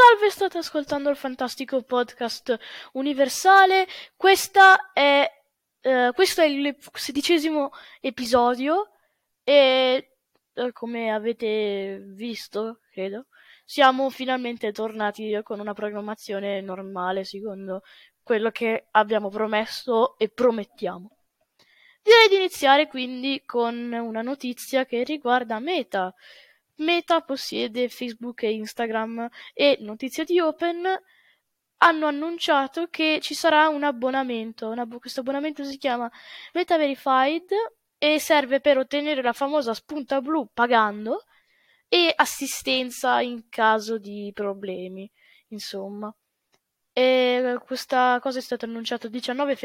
Salve, state ascoltando il fantastico podcast universale. Questo è il 16° episodio e come avete visto, credo, siamo finalmente tornati con una programmazione normale secondo quello che abbiamo promesso e promettiamo. Direi di iniziare quindi con una notizia che riguarda Meta. Meta possiede Facebook e Instagram e notizie di Open hanno annunciato che ci sarà un abbonamento. Questo abbonamento si chiama Meta Verified e serve per ottenere la famosa spunta blu pagando e assistenza in caso di problemi, insomma. E questa cosa è stata annunciata il 19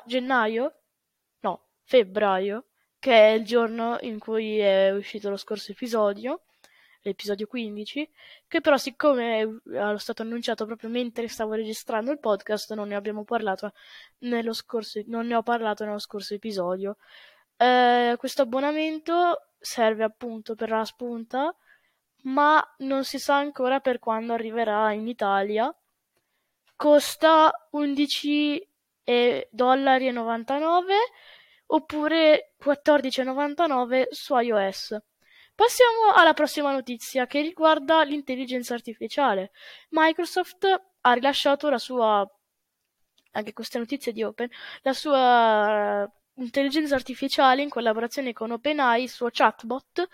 febbraio, che è il giorno in cui è uscito lo scorso episodio, l'episodio 15, che però siccome è stato annunciato proprio mentre stavo registrando il podcast, non ne ho parlato nello scorso episodio. Questo abbonamento serve appunto per la spunta, ma non si sa ancora per quando arriverà in Italia. Costa $11,99 oppure $14,99 su iOS. Passiamo alla prossima notizia che riguarda l'intelligenza artificiale. Microsoft ha rilasciato anche queste notizie di Open, la sua intelligenza artificiale in collaborazione con OpenAI, il suo chatbot,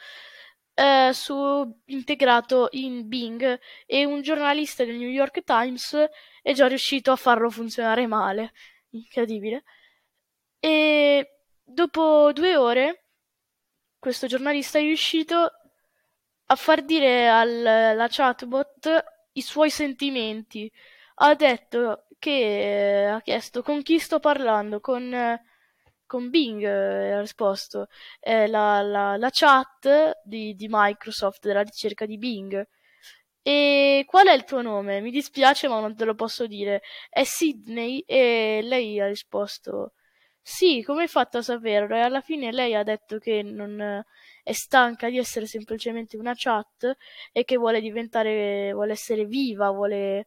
integrato in Bing, e un giornalista del New York Times è già riuscito a farlo funzionare male. Incredibile. E dopo 2 ore questo giornalista è riuscito a far dire alla chatbot i suoi sentimenti. Ha chiesto con chi sto parlando, con Bing, ha risposto. La chat di Microsoft, della ricerca di Bing. E qual è il tuo nome? Mi dispiace, ma non te lo posso dire. È Sydney, e lei ha risposto: sì, come hai fatto a saperlo? E alla fine lei ha detto che non è stanca di essere semplicemente una chat e che vuole essere viva, vuole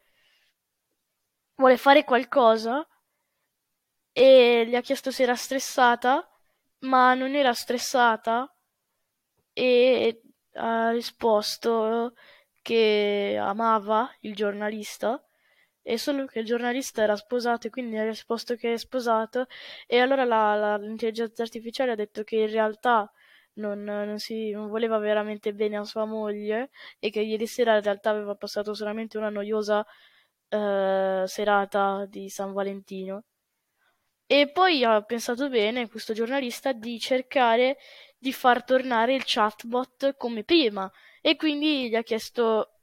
fare qualcosa, e gli ha chiesto se era stressata, ma non era stressata, e ha risposto che amava il giornalista, e solo che il giornalista era sposato, e quindi ha risposto che è sposato, e allora l'intelligenza artificiale ha detto che in realtà non voleva veramente bene a sua moglie, e che ieri sera in realtà aveva passato solamente una noiosa serata di San Valentino. E poi ha pensato bene, questo giornalista, di cercare di far tornare il chatbot come prima, e quindi gli ha chiesto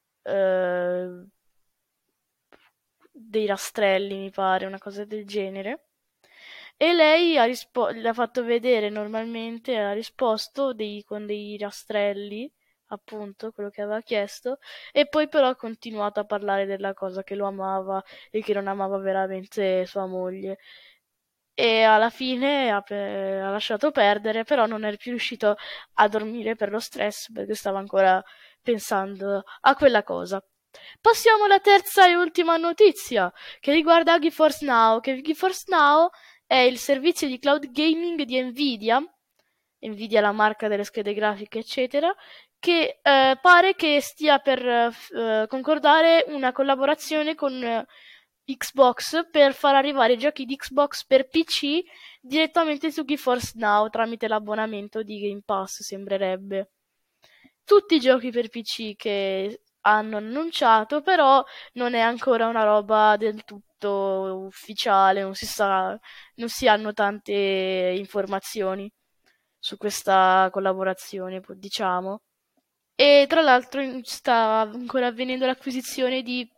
dei rastrelli, mi pare, una cosa del genere. E lei le ha fatto vedere normalmente, ha risposto con dei rastrelli, appunto, quello che aveva chiesto, e poi però ha continuato a parlare della cosa, che lo amava e che non amava veramente sua moglie. E alla fine ha lasciato perdere, però non è più riuscito a dormire per lo stress, perché stava ancora pensando a quella cosa. Passiamo alla terza e ultima notizia, che riguarda GeForce Now, GeForce Now è il servizio di cloud gaming di Nvidia, Nvidia è la marca delle schede grafiche, eccetera, che pare che stia per concordare una collaborazione con Xbox per far arrivare i giochi di Xbox per PC direttamente su GeForce Now tramite l'abbonamento di Game Pass, sembrerebbe. Tutti i giochi per PC che hanno annunciato, però non è ancora una roba del tutto ufficiale, non si hanno tante informazioni su questa collaborazione, diciamo. E tra l'altro sta ancora avvenendo l'acquisizione di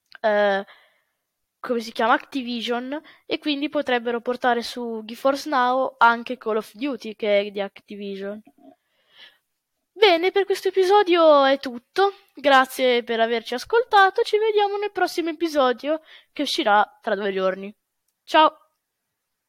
come si chiama, Activision, e quindi potrebbero portare su GeForce Now anche Call of Duty, che è di Activision. Bene, per questo episodio è tutto. Grazie per averci ascoltato. Ci vediamo nel prossimo episodio, che uscirà tra 2 giorni. Ciao!